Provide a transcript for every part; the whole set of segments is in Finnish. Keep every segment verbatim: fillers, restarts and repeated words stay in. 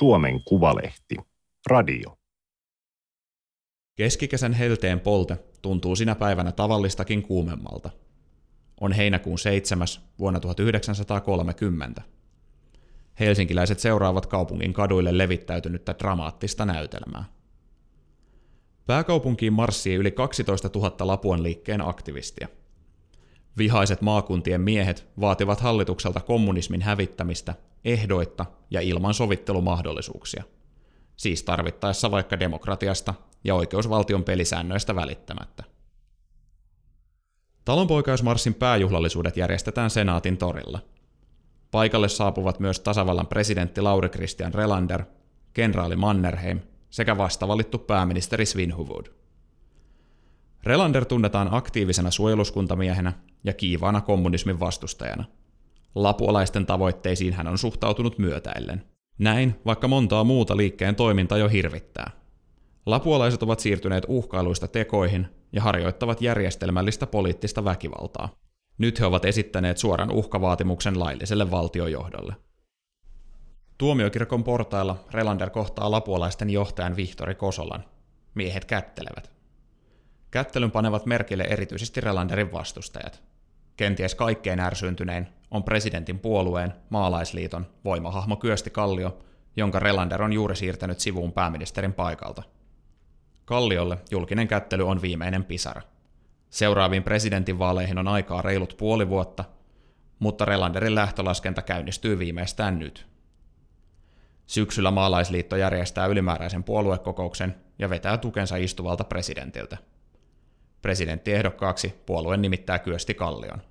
Suomen Kuvalehti. Radio. Keskikesän helteen polte tuntuu sinä päivänä tavallistakin kuumemmalta. On heinäkuun seitsemäs vuonna tuhatyhdeksänsataakolmekymmentä. Helsinkiläiset seuraavat kaupungin kaduille levittäytynyttä dramaattista näytelmää. Pääkaupunkiin marssii yli kaksitoistatuhatta Lapuan liikkeen aktivistia. Vihaiset maakuntien miehet vaativat hallitukselta kommunismin hävittämistä ehdoitta ja ilman sovittelumahdollisuuksia. Siis tarvittaessa vaikka demokratiasta ja oikeusvaltion pelisäännöistä välittämättä. Talonpoikaismarssin pääjuhlallisuudet järjestetään Senaatin torilla. Paikalle saapuvat myös tasavallan presidentti Lauri Christian Relander, kenraali Mannerheim sekä vastavalittu pääministeri Svinhufvud. Relander tunnetaan aktiivisena suojeluskuntamiehenä ja kiivaana kommunismin vastustajana. Lapualaisten tavoitteisiin hän on suhtautunut myötäillen. Näin, vaikka montaa muuta liikkeen toiminta jo hirvittää. Lapualaiset ovat siirtyneet uhkailuista tekoihin ja harjoittavat järjestelmällistä poliittista väkivaltaa. Nyt he ovat esittäneet suoran uhkavaatimuksen lailliselle valtiojohdolle. Tuomiokirkon portailla Relander kohtaa lapualaisten johtajan Vihtori Kosolan. Miehet kättelevät. Kättelyn panevat merkille erityisesti Relanderin vastustajat. Kenties kaikkein ärsyntynein on presidentin puolueen, Maalaisliiton, voimahahmo Kyösti Kallio, jonka Relander on juuri siirtänyt sivuun pääministerin paikalta. Kalliolle julkinen kättely on viimeinen pisara. Seuraaviin presidentinvaaleihin on aikaa reilut puoli vuotta, mutta Relanderin lähtölaskenta käynnistyy viimeistään nyt. Syksyllä Maalaisliitto järjestää ylimääräisen puoluekokouksen ja vetää tukensa istuvalta presidentiltä. Presidenttiehdokkaaksi puolue nimittää Kyösti Kallion.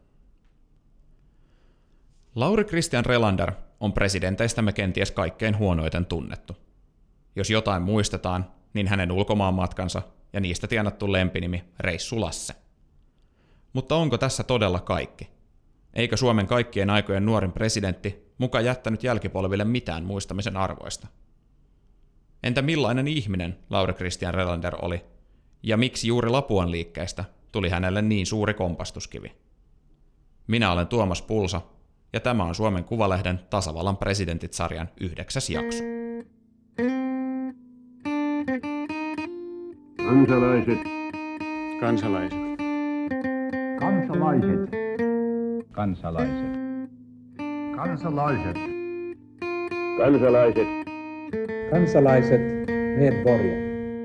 Lauri Christian Relander on presidenteistämme kenties kaikkein huonoiten tunnettu. Jos jotain muistetaan, niin hänen ulkomaanmatkansa ja niistä tienattu lempinimi Reissu Lasse. Mutta onko tässä todella kaikki? Eikö Suomen kaikkien aikojen nuorin presidentti muka jättänyt jälkipolville mitään muistamisen arvoista? Entä millainen ihminen Lauri Christian Relander oli, ja miksi juuri Lapuan liikkeestä tuli hänelle niin suuri kompastuskivi? Minä olen Tuomas Pulsa, ja tämä on Suomen Kuvalehden Tasavallan presidentit-sarjan yhdeksäs jakso. Kansalaiset. Kansalaiset. Kansalaiset. Kansalaiset. Kansalaiset. Kansalaiset. Kansalaiset. Medborgare.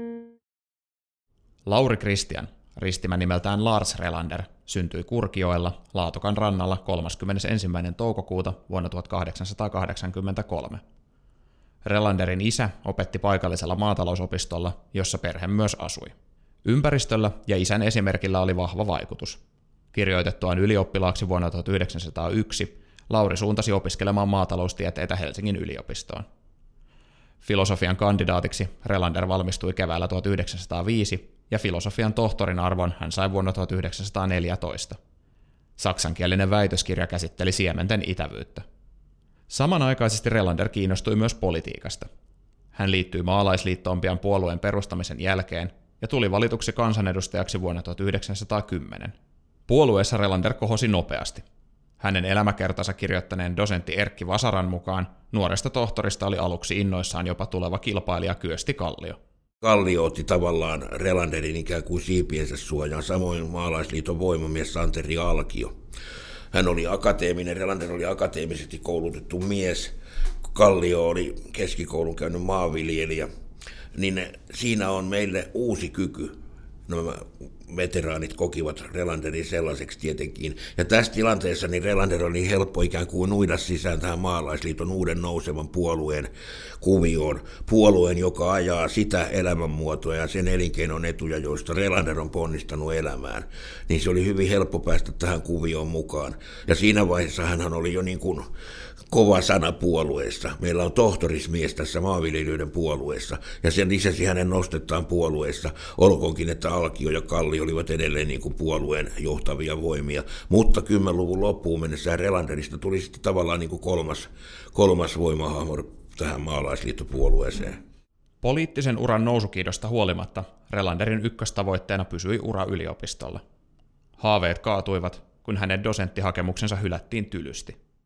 Lauri Christian, ristimä nimeltään Lars Relander, syntyi Kurkijoella Laatokan rannalla kolmaskymmenesensimmäinen toukokuuta vuonna tuhatkahdeksansataakahdeksankymmentäkolme. Relanderin isä opetti paikallisella maatalousopistolla, jossa perhe myös asui. Ympäristöllä ja isän esimerkillä oli vahva vaikutus. Kirjoitettuaan ylioppilaaksi vuonna tuhatyhdeksänsataayksi, Lauri suuntasi opiskelemaan maataloustieteitä Helsingin yliopistoon. Filosofian kandidaatiksi Relander valmistui keväällä tuhatyhdeksänsataaviisi ja filosofian tohtorin arvon hän sai vuonna tuhatyhdeksänsataaneljätoista. Saksankielinen väitöskirja käsitteli siementen itävyyttä. Samanaikaisesti Relander kiinnostui myös politiikasta. Hän liittyi Maalaisliittoon pian puolueen perustamisen jälkeen ja tuli valituksi kansanedustajaksi vuonna tuhatyhdeksänsataakymmenen. Puolueessa Relander kohosi nopeasti. Hänen elämäkertansa kirjoittaneen dosentti Erkki Vasaran mukaan nuoresta tohtorista oli aluksi innoissaan jopa tuleva kilpailija Kyösti Kallio. Kallio otti tavallaan Relanderin ikään kuin siipiensä suojaan, samoin Maalaisliiton voimamies Santeri Alkio. Hän oli akateeminen, Relander oli akateemisesti koulutettu mies, Kallio oli keskikoulun käynyt maanviljelijä, niin siinä on meille uusi kyky. Nämä veteraanit kokivat Relanderin sellaiseksi tietenkin. Ja tässä tilanteessa niin Relander oli helppo ikään kuin uida sisään tähän Maalaisliiton uuden nousevan puolueen kuvioon. Puolueen, joka ajaa sitä elämänmuotoa ja sen elinkeinon etuja, joista Relander on ponnistanut elämään. Niin se oli hyvin helppo päästä tähän kuvioon mukaan. Ja siinä vaiheessa hän oli jo niin kuin kova sana puolueessa. Meillä on tohtorismies tässä maanviljelijöiden puolueessa, ja sen lisäsi hänen nostettaan puolueessa, olkoonkin, että Alkio ja Kallio olivat edelleen niin kuin puolueen johtavia voimia, mutta kymmenluvun loppuun mennessä Relanderista tuli sitten tavallaan niin kuin kolmas, kolmas voimahahmo tähän maalaisliittopuolueeseen. Poliittisen uran nousukiidosta huolimatta Relanderin ykköstavoitteena pysyi ura yliopistolla. Haaveet kaatuivat, kun hänen dosenttihakemuksensa hylättiin tylysti.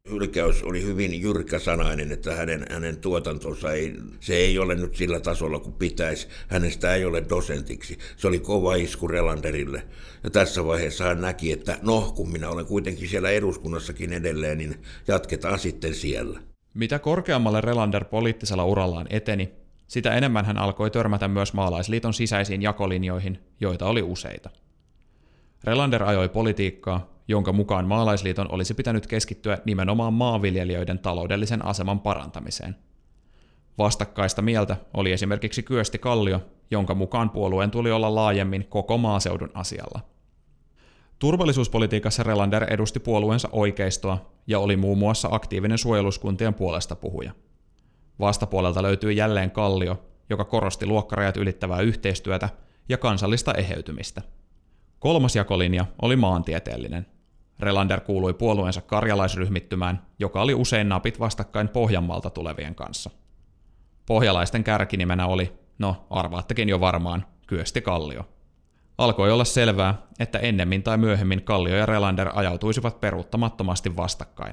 hylkäys oli hyvin jyrkkäsanainen, että hänen, hänen tuotantonsa ei, se ei ole nyt sillä tasolla kuin pitäisi. Hänestä ei ole dosentiksi. Se oli kova isku Relanderille. Ja tässä vaiheessa hän näki, että no, kun minä olen kuitenkin siellä eduskunnassakin edelleen, niin jatketaan sitten siellä. Mitä korkeammalle Relander poliittisella urallaan eteni, sitä enemmän hän alkoi törmätä myös maalaisliiton sisäisiin jakolinjoihin, joita oli useita. Relander ajoi politiikkaa, jonka mukaan maalaisliiton olisi pitänyt keskittyä nimenomaan maanviljelijöiden taloudellisen aseman parantamiseen. Vastakkaista mieltä oli esimerkiksi Kyösti Kallio, jonka mukaan puolueen tuli olla laajemmin koko maaseudun asialla. Turvallisuuspolitiikassa Relander edusti puolueensa oikeistoa ja oli muun muassa aktiivinen suojeluskuntien puolesta puhuja. Vastapuolelta löytyi jälleen Kallio, joka korosti luokkarajat ylittävää yhteistyötä ja kansallista eheytymistä. Kolmas jakolinja oli maantieteellinen. Relander kuului puolueensa karjalaisryhmittymään, joka oli usein napit vastakkain Pohjanmaalta tulevien kanssa. Pohjalaisten kärkinimenä oli, no arvaattekin jo varmaan, Kyösti Kallio. Alkoi olla selvää, että ennemmin tai myöhemmin Kallio ja Relander ajautuisivat peruuttamattomasti vastakkain.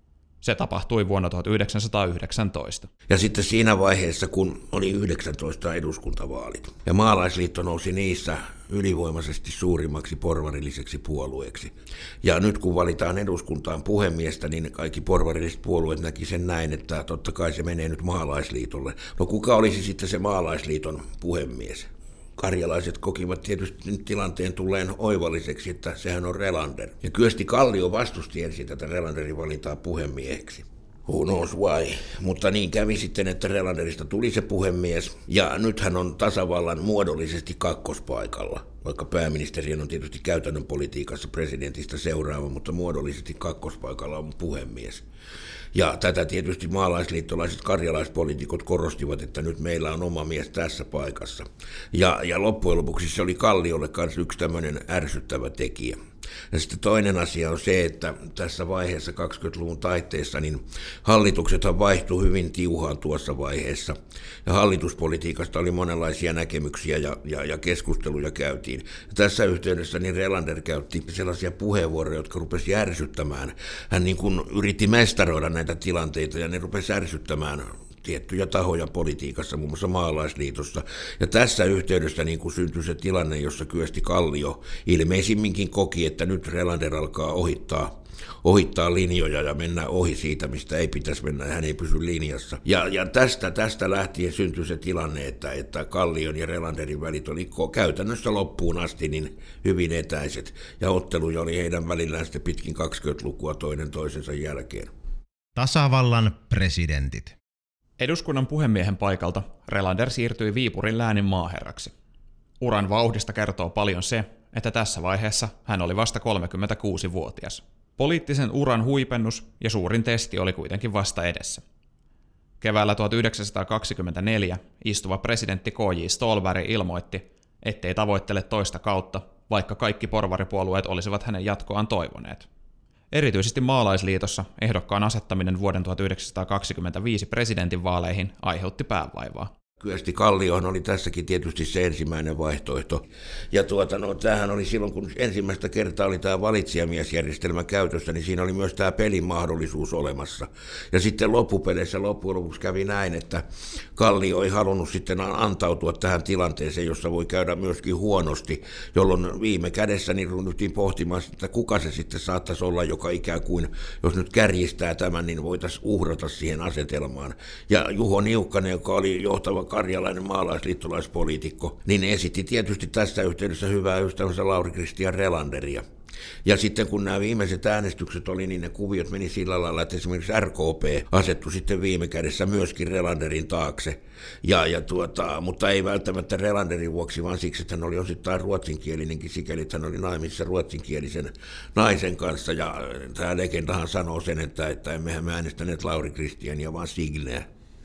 Se tapahtui vuonna tuhatyhdeksänsataayhdeksäntoista. Ja sitten siinä vaiheessa, kun oli yhdeksäntoista eduskuntavaalit, ja maalaisliitto nousi niissä ylivoimaisesti suurimmaksi porvarilliseksi puolueeksi. Ja nyt kun valitaan eduskuntaan puhemiestä, niin kaikki porvarilliset puolueet näki sen näin, että totta kai se menee nyt maalaisliitolle. No kuka olisi sitten se maalaisliiton puhemies? Karjalaiset kokivat tietysti tilanteen tulleen oivalliseksi, että sehän on Relander. Ja Kyösti Kallio vastusti ensin tätä Relanderin valintaa puhemieheksi. Who knows why? Mutta niin kävi sitten, että Relanderista tuli se puhemies, ja nyt hän on tasavallan muodollisesti kakkospaikalla. Vaikka pääministeri on tietysti käytännön politiikassa presidentistä seuraava, mutta muodollisesti kakkospaikalla on puhemies. Ja tätä tietysti maalaisliittolaiset karjalaispoliitikot korostivat, että nyt meillä on oma mies tässä paikassa. Ja, ja loppujen lopuksi se oli Kalliolle kanssa yksi tämmöinen ärsyttävä tekijä. Ja sitten toinen asia on se, että tässä vaiheessa kaksikymmentäluvun taitteessa niin hallituksethan vaihtui hyvin tiuhaan tuossa vaiheessa. Ja hallituspolitiikasta oli monenlaisia näkemyksiä ja, ja, ja keskusteluja käytiin. Ja tässä yhteydessä niin Relander käytti sellaisia puheenvuoroja, jotka rupesi ärsyttämään. Hän niin kuin yritti mestaroida näitä tilanteita ja ne rupesi ärsyttämään tiettyjä tahoja politiikassa, muun muassa maalaisliitossa. Ja tässä yhteydessä niin kuin syntyi se tilanne, jossa Kyösti Kallio ilmeisimminkin koki, että nyt Relander alkaa ohittaa, ohittaa linjoja ja mennä ohi siitä, mistä ei pitäisi mennä, hän ei pysy linjassa. Ja, ja tästä, tästä lähtien syntyi se tilanne, että, että Kallion ja Relanderin välit oli käytännössä loppuun asti niin hyvin etäiset, ja otteluja oli heidän välillään sitten pitkin kaksikymmentälukua toinen toisensa jälkeen. Tasavallan presidentit. Eduskunnan puhemiehen paikalta Relander siirtyi Viipurin läänin maaherraksi. Uran vauhdista kertoo paljon se, että tässä vaiheessa hän oli vasta kolmekymmentäkuusivuotias. Poliittisen uran huipennus ja suurin testi oli kuitenkin vasta edessä. Keväällä tuhatyhdeksänsataakaksikymmentäneljä istuva presidentti K J Ståhlberg ilmoitti, ettei tavoittele toista kautta, vaikka kaikki porvaripuolueet olisivat hänen jatkoaan toivoneet. Erityisesti maalaisliitossa ehdokkaan asettaminen vuoden tuhatyhdeksänsataakaksikymmentäviisi presidentinvaaleihin aiheutti päänvaivaa. Kyösti Kalliohan oli tässäkin tietysti se ensimmäinen vaihtoehto. Ja tuota, no, tämähän oli silloin, kun ensimmäistä kertaa oli tämä valitsijamiesjärjestelmä käytössä, niin siinä oli myös tämä pelin mahdollisuus olemassa. Ja sitten loppupeleissä loppujen lopuksi kävi näin, että Kallio ei halunnut sitten antautua tähän tilanteeseen, jossa voi käydä myöskin huonosti, jolloin viime kädessä niin ryhdyttiin pohtimaan, että kuka se sitten saattaisi olla, joka ikään kuin, jos nyt kärjistää tämän, niin voitaisiin uhrata siihen asetelmaan. Ja Juho Niukkanen, joka oli johtava karjalainen maalaisliittolaispoliitikko, niin esitti tietysti tässä yhteydessä hyvää ystävänsä Lauri Christian Relanderia. Ja sitten kun nämä viimeiset äänestykset oli, niin ne kuviot meni sillä lailla, että esimerkiksi R K P asettui sitten viime kädessä myöskin Relanderin taakse. Ja, ja tuota, mutta ei välttämättä Relanderin vuoksi, vaan siksi, että hän oli osittain ruotsinkielinenkin, sikäli että hän oli naimissa ruotsinkielisen naisen kanssa. Ja tämä legendahan sanoo sen, että, että emmehän me äänestäneet Lauri Christiania, vaan Signeä.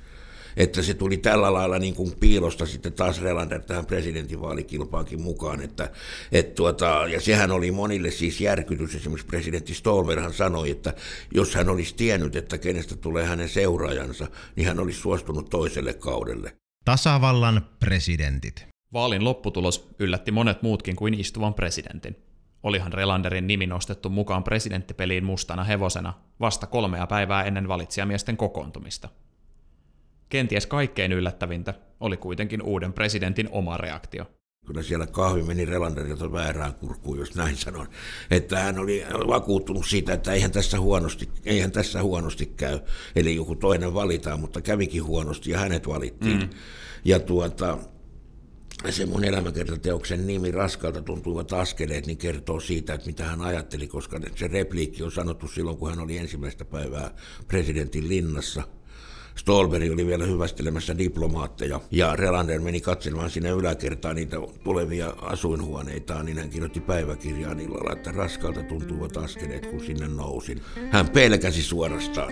Että se tuli tällä lailla niin kuin piilosta sitten taas Relander tähän presidentinvaalikilpaankin mukaan. Että, et tuota, ja sehän oli monille siis järkytys. Esimerkiksi presidentti Ståhlberghan sanoi, että jos hän olisi tiennyt, että kenestä tulee hänen seuraajansa, niin hän olisi suostunut toiselle kaudelle. Tasavallan presidentit. Vaalin lopputulos yllätti monet muutkin kuin istuvan presidentin. Olihan Relanderin nimi nostettu mukaan presidenttipeliin mustana hevosena vasta kolmea päivää ennen valitsijamiesten kokoontumista. Kenties kaikkein yllättävintä oli kuitenkin uuden presidentin oma reaktio. Kyllä siellä kahvi meni Relanderilta väärään kurkkuun, jos näin sanon. Että hän oli vakuuttunut siitä, että eihän tässä huonosti, eihän tässä huonosti käy. Eli joku toinen valitaan, mutta kävikin huonosti ja hänet valittiin. Mm. Ja tuota, se mun elämäkertateoksen nimi Raskalta tuntuivat askeleet, niin kertoo siitä, että mitä hän ajatteli, koska se repliikki on sanottu silloin, kun hän oli ensimmäistä päivää presidentin linnassa. Ståhlberg oli vielä hyvästelemässä diplomaatteja ja Relander meni katselemaan sinne yläkertaan niitä tulevia asuinhuoneitaan, niin hän kirjoitti päiväkirjaan illalla, että raskalta tuntuvat askeleet, kun sinne nousin. Hän pelkäsi suorastaan.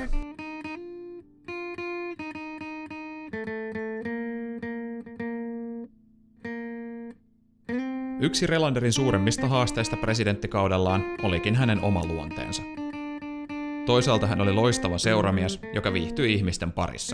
Yksi Relanderin suuremmista haasteista presidenttikaudellaan olikin hänen oma luonteensa. Toisaalta hän oli loistava seuramies, joka viihtyi ihmisten parissa.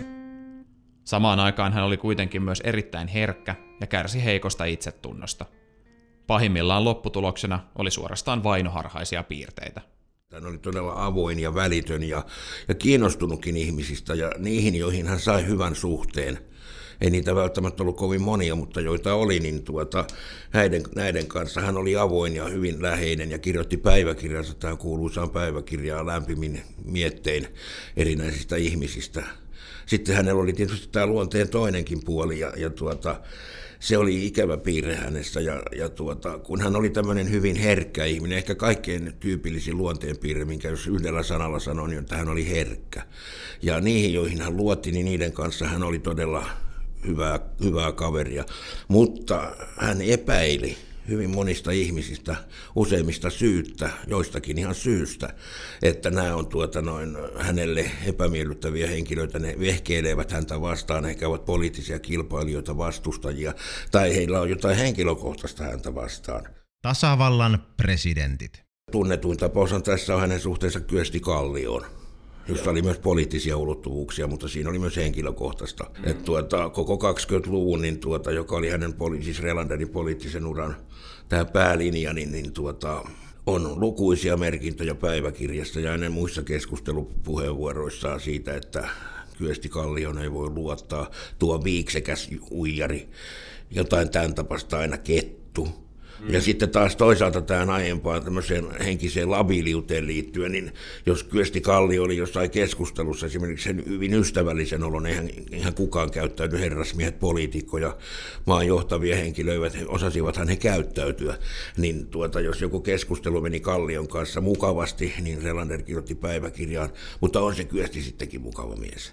Samaan aikaan hän oli kuitenkin myös erittäin herkkä ja kärsi heikosta itsetunnosta. Pahimmillaan lopputuloksena oli suorastaan vainoharhaisia piirteitä. Hän oli todella avoin ja välitön ja, ja kiinnostunutkin ihmisistä ja niihin, joihin hän sai hyvän suhteen. Ei niitä välttämättä ollut kovin monia, mutta joita oli, niin tuota, näiden, näiden kanssa hän oli avoin ja hyvin läheinen ja kirjoitti päiväkirjansa tähän kuuluisaan päiväkirjaan lämpimin miettein erinäisistä ihmisistä. Sitten hänellä oli tietysti tämä luonteen toinenkin puoli ja, ja tuota, se oli ikävä piirre hänessä ja, ja tuota, kun hän oli tämmöinen hyvin herkkä ihminen, ehkä kaikkein tyypillisin luonteen piirre, minkä jos yhdellä sanalla sanon, niin että hän oli herkkä. Ja niihin, joihin hän luotti, niin niiden kanssa hän oli todella hyvää, hyvää kaveria, mutta hän epäili hyvin monista ihmisistä, useimmista syyttä, joistakin ihan syystä, että nämä on tuota noin hänelle epämiellyttäviä henkilöitä, ne vehkeilevät häntä vastaan, ehkä ovat poliittisia kilpailijoita, vastustajia, tai heillä on jotain henkilökohtaista häntä vastaan. Tasavallan presidentit. Tunnetuin tapaushan tässä on hänen suhteensa Kyösti Kallioon, jossa oli myös poliittisia ulottuvuuksia, mutta siinä oli myös henkilökohtaista. Mm. Että tuota, koko kaksikymmentäluvun, niin tuota, joka oli hänen poli- siis Relanderin poliittisen uran tämä päälinja, niin, niin tuota, on lukuisia merkintöjä päiväkirjassa ja hänen muissa keskustelupuheenvuoroissaan siitä, että Kyösti Kallioon ei voi luottaa, tuo viiksekäs uijari, jotain tämän tapasta aina kettu. Ja sitten taas toisaalta tähän aiempaan tämmöiseen henkiseen labiiliuteen liittyen, niin jos Kyösti Kallio oli jossain keskustelussa esimerkiksi sen hyvin ystävällisen olon, eihän, eihän kukaan käyttäydy, herrasmiehet, poliitikkoja, maan johtavia henkilöitä, osasivathan he käyttäytyä, niin tuota, jos joku keskustelu meni Kallion kanssa mukavasti, niin Relander kirjoitti päiväkirjaan, mutta on se Kyösti sittenkin mukava mies.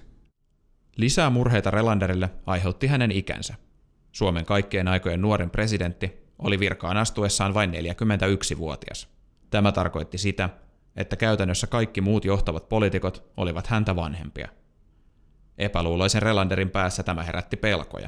Lisää murheita Relanderille aiheutti hänen ikänsä. Suomen kaikkien aikojen nuorin presidentti oli virkaan astuessaan vain neljäkymmentäyksivuotias. Tämä tarkoitti sitä, että käytännössä kaikki muut johtavat poliitikot olivat häntä vanhempia. Epäluuloisen Relanderin päässä tämä herätti pelkoja.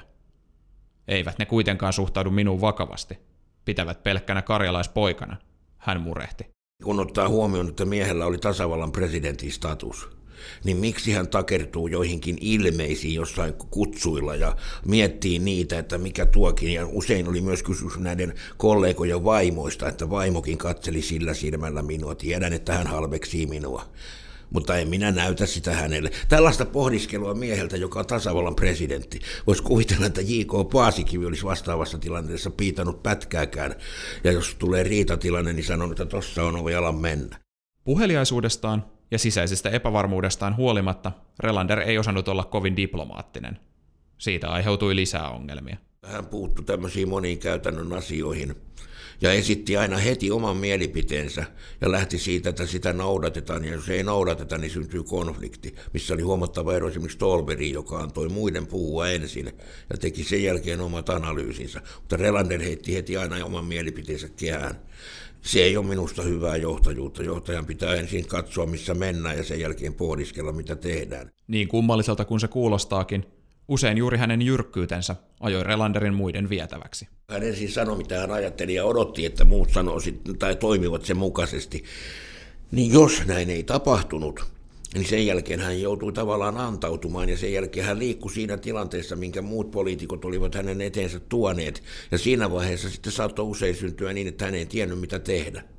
Eivät ne kuitenkaan suhtaudu minuun vakavasti. Pitävät pelkkänä karjalaispoikana, hän murehti. Kun ottaa huomioon, että miehellä oli tasavallan presidentin status, niin miksi hän takertuu joihinkin ilmeisiin jossain kutsuilla ja miettii niitä, että mikä tuokin. Ja usein oli myös kysymys näiden kollegojen vaimoista, että vaimokin katseli sillä silmällä minua. Tiedän, että hän halveksii minua, mutta en minä näytä sitä hänelle. Tällaista pohdiskelua mieheltä, joka on tasavallan presidentti. Voisi kuvitella, että J K Paasikivi olisi vastaavassa tilanteessa piitannut pätkääkään. Ja jos tulee riitatilanne, niin sanon, että tossa on ovi alan mennä. Puheliaisuudestaan ja sisäisestä epävarmuudestaan huolimatta Relander ei osannut olla kovin diplomaattinen. Siitä aiheutui lisää ongelmia. Hän puuttui tämmöisiin moniin käytännön asioihin ja esitti aina heti oman mielipiteensä ja lähti siitä, että sitä noudatetaan, ja jos ei noudateta, niin syntyy konflikti, missä oli huomattava ero esimerkiksi Ståhlbergiin, joka antoi muiden puhua ensin ja teki sen jälkeen omat analyysinsä, mutta Relander heitti heti aina oman mielipiteensä kehään. Se ei ole minusta hyvää johtajuutta. Johtajan pitää ensin katsoa, missä mennään ja sen jälkeen pohdiskella, mitä tehdään. Niin kummalliselta kuin se kuulostaakin, usein juuri hänen jyrkkyytensä ajoi Relanderin muiden vietäväksi. Hän ensin sanoi, mitä hän ajatteli ja odotti, että muut sanoisivat tai toimivat sen mukaisesti. Niin jos näin ei tapahtunut, niin sen jälkeen hän joutui tavallaan antautumaan ja sen jälkeen hän liikkui siinä tilanteessa, minkä muut poliitikot olivat hänen eteensä tuoneet. Ja siinä vaiheessa sitten saattoi usein syntyä niin, että hän ei tiennyt mitä tehdä.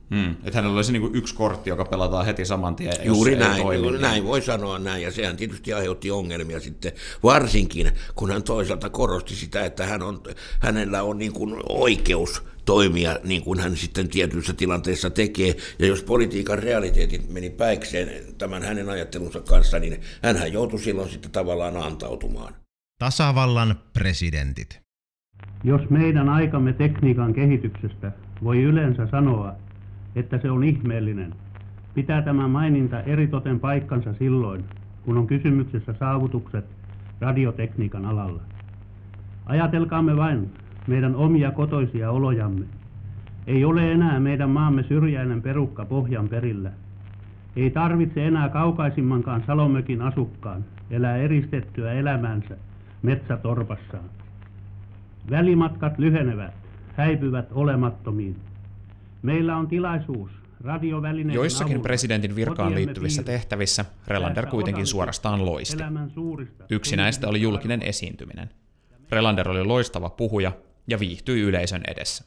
Hmm. Että hänellä olisi niin kuin yksi kortti, joka pelataan heti saman tien, jos Juuri ei näin, toimi. juuri näin voi sanoa näin, ja sehän tietysti aiheutti ongelmia sitten, varsinkin kun hän toisaalta korosti sitä, että hän on, hänellä on niin kuin oikeus toimia niin kuin hän sitten tietyissä tilanteissa tekee, ja jos politiikan realiteetit meni päikseen tämän hänen ajattelunsa kanssa, niin hänhän joutui silloin sitten tavallaan antautumaan. Tasavallan presidentit. Jos meidän aikamme tekniikan kehityksestä voi yleensä sanoa, että se on ihmeellinen, pitää tämä maininta eritoten paikkansa silloin, kun on kysymyksessä saavutukset radiotekniikan alalla. Ajatelkaamme vain meidän omia kotoisia olojamme. Ei ole enää meidän maamme syrjäinen perukka pohjan perillä. Ei tarvitse enää kaukaisimmankaan salomökin asukkaan elää eristettyä elämänsä metsätorpassaan. Välimatkat lyhenevät, häipyvät olemattomiin. Meillä on tilaisuus radiovälineiden Joissakin avulla presidentin virkaan kotiemme liittyvissä piirissä tehtävissä Relander kuitenkin suorastaan loisti. elämän suurista Yksi näistä oli julkinen esiintyminen. Relander oli loistava puhuja ja viihtyi yleisön edessä.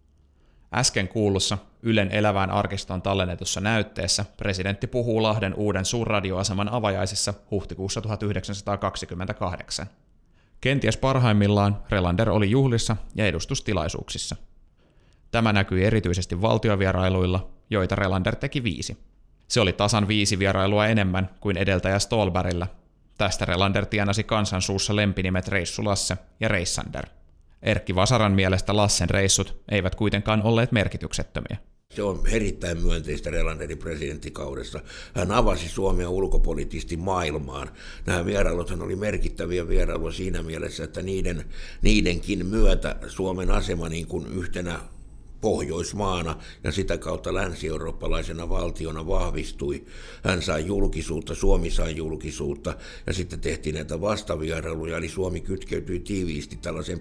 Äsken kuullussa Ylen elävään arkistoon tallennetussa näytteessä presidentti puhuu Lahden uuden suurradioaseman avajaisissa huhtikuussa tuhatyhdeksänsataakaksikymmentäkahdeksan. Kenties parhaimmillaan Relander oli juhlissa ja edustustilaisuuksissa. Tämä näkyi erityisesti valtiovierailuilla, joita Relander teki viisi. Se oli tasan viisi vierailua enemmän kuin edeltäjä Ståhlbergillä. Tästä Relander tienasi kansan suussa lempinimet Reissu Lasse ja Reissander. Erkki Vasaran mielestä Lassen reissut eivät kuitenkaan olleet merkityksettömiä. Se on erittäin myönteistä Relanderin presidenttikaudessa. Hän avasi Suomea ulkopoliittisesti maailmaan. Nämä vierailuthan oli merkittäviä vierailuja siinä mielessä, että niiden, niidenkin myötä Suomen asema niin kuin yhtenä Pohjoismaana ja sitä kautta länsi-eurooppalaisena valtiona vahvistui. Hän sai julkisuutta, Suomi sai julkisuutta ja sitten tehtiin näitä vastavierailuja, eli Suomi kytkeytyi tiiviisti tällaiseen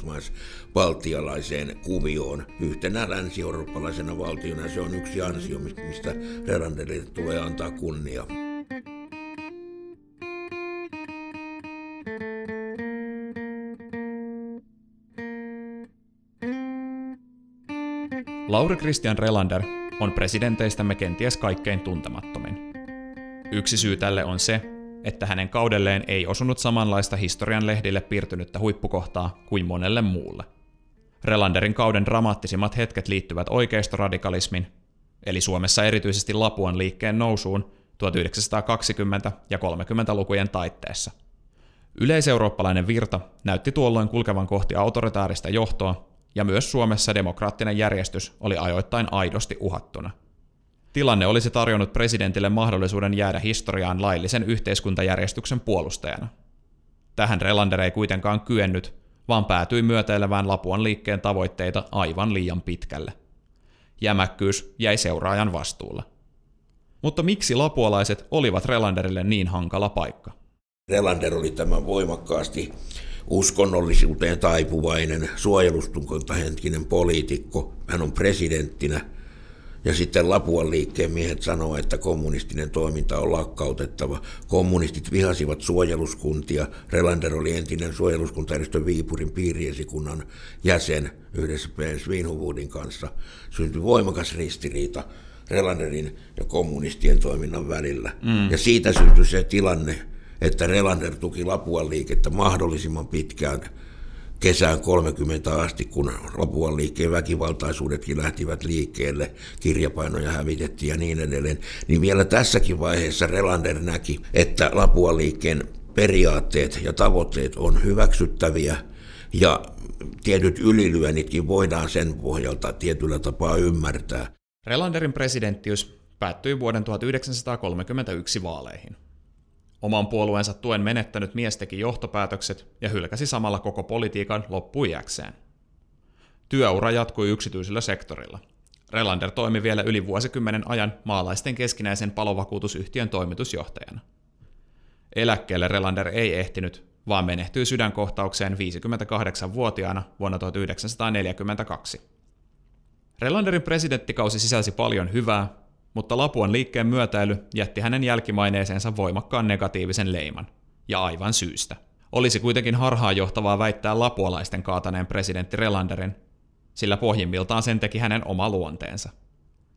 pohjoismais-baltialaiseen kuvioon yhtenä länsi-eurooppalaisena valtiona, ja se on yksi ansio, mistä Relanderille tulee antaa kunnia. Lauri Christian Relander on presidenteistämme kenties kaikkein tuntemattomin. Yksi syy tälle on se, että hänen kaudelleen ei osunut samanlaista historian lehdille piirtynyttä huippukohtaa kuin monelle muulle. Relanderin kauden dramaattisimmat hetket liittyvät oikeistoradikalismin, eli Suomessa erityisesti Lapuan liikkeen nousuun tuhatyhdeksänsataakaksikymmentä- ja kolmekymmentälukujen taitteessa. Yleiseurooppalainen virta näytti tuolloin kulkevan kohti autoritaarista johtoa, ja myös Suomessa demokraattinen järjestys oli ajoittain aidosti uhattuna. Tilanne olisi tarjonnut presidentille mahdollisuuden jäädä historiaan laillisen yhteiskuntajärjestyksen puolustajana. Tähän Relander ei kuitenkaan kyennyt, vaan päätyi myötäilevään Lapuan liikkeen tavoitteita aivan liian pitkälle. Jämäkkyys jäi seuraajan vastuulle. Mutta miksi lapualaiset olivat Relanderille niin hankala paikka? Relander oli tämä voimakkaasti uskonnollisuuteen taipuvainen, suojelustuntohenkinen poliitikko. Hän on presidenttinä. Ja sitten Lapuan liikkeen miehet sanoo, että kommunistinen toiminta on lakkautettava. Kommunistit vihasivat suojeluskuntia. Relander oli entinen suojeluskuntajärjestön Viipurin piiriesikunnan jäsen yhdessä P. Svinhufvudin kanssa. Syntyi voimakas ristiriita Relanderin ja kommunistien toiminnan välillä. Mm. Ja siitä syntyi se tilanne, että Relander tuki Lapuan liikettä mahdollisimman pitkään kesään kolmekymmentä asti, kun Lapuan liikkeen väkivaltaisuudetkin lähtivät liikkeelle, kirjapainoja hävitettiin ja niin edelleen, niin vielä tässäkin vaiheessa Relander näki, että Lapuan liikkeen periaatteet ja tavoitteet on hyväksyttäviä ja tietyt ylilyönnitkin voidaan sen pohjalta tietyllä tapaa ymmärtää. Relanderin presidenttiys päättyi vuoden tuhatyhdeksänsataakolmekymmentäyksi vaaleihin. Oman puolueensa tuen menettänyt mies teki johtopäätökset ja hylkäsi samalla koko politiikan loppuiäkseen. Työura jatkui yksityisellä sektorilla. Relander toimi vielä yli vuosikymmenen ajan maalaisten keskinäisen palovakuutusyhtiön toimitusjohtajana. Eläkkeelle Relander ei ehtinyt, vaan menehtyi sydänkohtaukseen viisikymmentäkahdeksanvuotiaana vuonna tuhatyhdeksänsataaneljäkymmentäkaksi. Relanderin presidenttikausi sisälsi paljon hyvää, mutta Lapuan liikkeen myötäily jätti hänen jälkimaineeseensa voimakkaan negatiivisen leiman, ja aivan syystä. Olisi kuitenkin harhaanjohtavaa väittää lapualaisten kaataneen presidentti Relanderin, sillä pohjimmiltaan sen teki hänen oma luonteensa.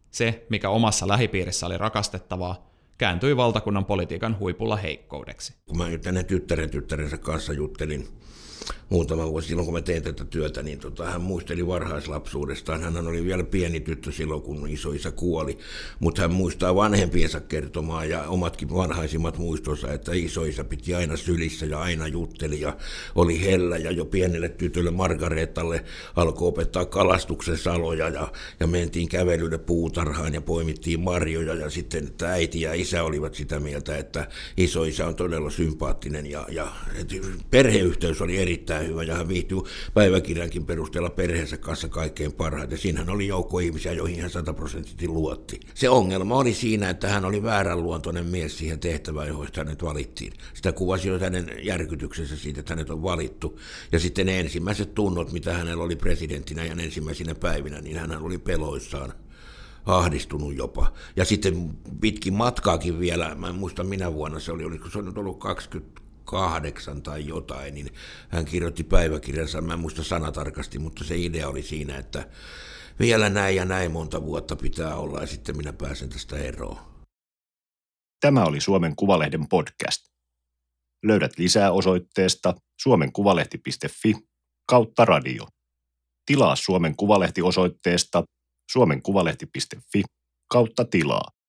Se, mikä omassa lähipiirissä oli rakastettavaa, kääntyi valtakunnan politiikan huipulla heikkoudeksi. Kun mä tänne tyttären tyttärensä kanssa juttelin muutama vuosi silloin, kun mä tein tätä työtä, niin tota, hän muisteli varhaislapsuudestaan. Hän oli vielä pieni tyttö silloin, kun isoisä kuoli, mutta hän muistaa vanhempiensa kertomaa ja omatkin vanhaisimmat muistonsa, että isoisä piti aina sylissä ja aina jutteli ja oli hellä ja jo pienelle tytölle Margaretalle alkoi opettaa kalastuksen saloja ja, ja mentiin kävelylle puutarhaan ja poimittiin marjoja ja sitten että äiti ja isä olivat sitä mieltä, että isoisä on todella sympaattinen ja, ja perheyhteys oli erittäin hyvä ja hän viihtyi päiväkirjankin perusteella perheensä kanssa kaikkein parhaiten. Siinähän oli joukko ihmisiä, joihin hän sataprosenttisesti luotti. Se ongelma oli siinä, että hän oli vääränluontoinen mies siihen tehtävään, johon hänet valittiin. Sitä kuvasi jo hänen järkytyksensä siitä, että hänet on valittu. Ja sitten ne ensimmäiset tunnot, mitä hänellä oli presidenttinä ja ensimmäisinä päivinä, niin hän oli peloissaan. Ahdistunut jopa. Ja sitten pitkin matkaakin vielä, mä en muista minä vuonna se oli, olisiko se nyt ollut kaksikymmentäkahdeksan tai jotain, niin hän kirjoitti päiväkirjansa, mä en muista sanatarkasti, mutta se idea oli siinä, että vielä näin ja näin monta vuotta pitää olla ja sitten minä pääsen tästä eroon. Tämä oli Suomen Kuvalehden podcast. Löydät lisää osoitteesta suomenkuvalehti piste fi kautta radio. Tilaa Suomen Kuvalehti osoitteesta suomenkuvalehti piste fi kautta tilaa.